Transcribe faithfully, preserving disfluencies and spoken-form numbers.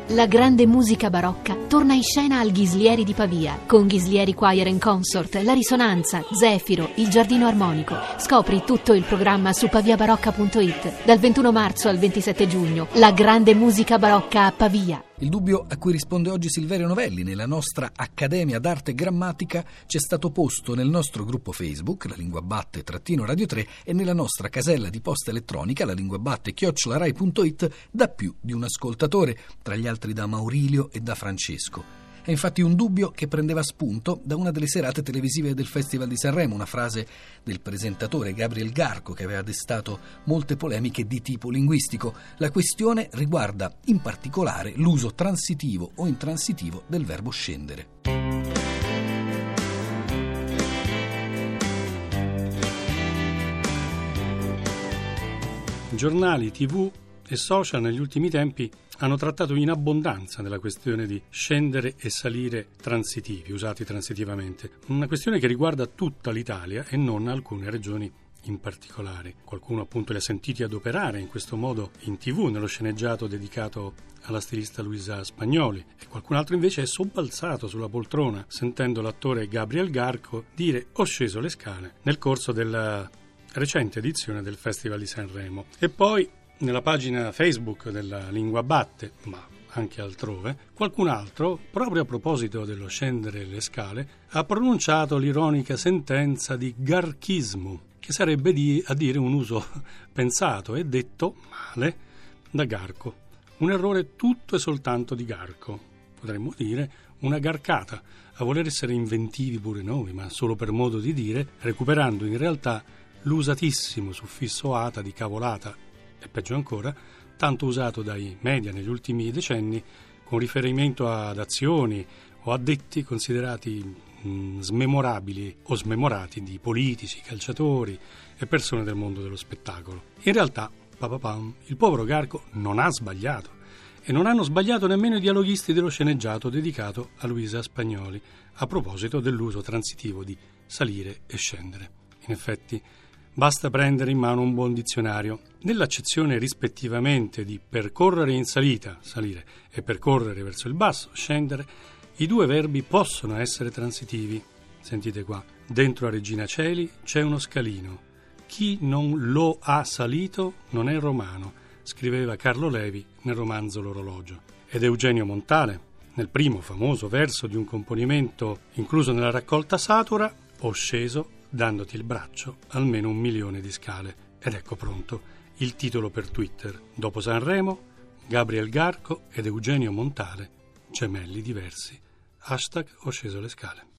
La grande musica barocca torna in scena al Ghislieri di Pavia, con Ghislieri Choir and Consort, La Risonanza, Zefiro, il Giardino Armonico. Scopri tutto il programma su paviabarocca punto it. Dal ventuno marzo al ventisette giugno, la grande musica barocca a Pavia. Il dubbio a cui risponde oggi Silverio Novelli nella nostra Accademia d'Arte Grammatica ci è stato posto nel nostro gruppo Facebook, La Lingua Batte trattino Radio tre, e nella nostra casella di posta elettronica, lalinguabatte chiocciola rai punto it, da più di un ascoltatore, tra gli altri da Maurilio e da Francesco. È infatti un dubbio che prendeva spunto da una delle serate televisive del Festival di Sanremo, una frase del presentatore Gabriel Garco che aveva destato molte polemiche di tipo linguistico. La questione riguarda in particolare l'uso transitivo o intransitivo del verbo scendere. Giornali, tivù e social negli ultimi tempi hanno trattato in abbondanza della questione di scendere e salire transitivi, usati transitivamente. Una questione che riguarda tutta l'Italia e non alcune regioni in particolare. Qualcuno appunto li ha sentiti adoperare in questo modo in tivù, nello sceneggiato dedicato alla stilista Luisa Spagnoli, e qualcun altro invece è sobbalzato sulla poltrona sentendo l'attore Gabriel Garco dire "ho sceso le scale" nel corso della recente edizione del Festival di Sanremo. E poi nella pagina Facebook della Lingua Batte, ma anche altrove, qualcun altro, proprio a proposito dello scendere le scale, ha pronunciato l'ironica sentenza di garchismo, che sarebbe di, a dire un uso pensato e detto male da Garco. Un errore tutto e soltanto di Garco. Potremmo dire una garcata, a voler essere inventivi pure noi, ma solo per modo di dire, recuperando in realtà l'usatissimo suffisso ata di cavolata, e peggio ancora, tanto usato dai media negli ultimi decenni con riferimento ad azioni o addetti considerati mh, smemorabili o smemorati di politici, calciatori e persone del mondo dello spettacolo. In realtà, papapam, il povero Garco non ha sbagliato, e non hanno sbagliato nemmeno i dialoghisti dello sceneggiato dedicato a Luisa Spagnoli a proposito dell'uso transitivo di salire e scendere. In effetti, basta prendere in mano un buon dizionario. Nell'accezione rispettivamente di percorrere in salita, salire, e percorrere verso il basso, scendere, i due verbi possono essere transitivi. Sentite qua. Dentro a Regina Coeli c'è uno scalino. Chi non lo ha salito non è romano, scriveva Carlo Levi nel romanzo L'orologio. Ed Eugenio Montale, nel primo famoso verso di un componimento incluso nella raccolta Satura, ho sceso dandoti il braccio almeno un milione di scale. Ed ecco pronto il titolo per Twitter. Dopo Sanremo, Gabriel Garco ed Eugenio Montale, gemelli diversi. Hashtag ho sceso le scale.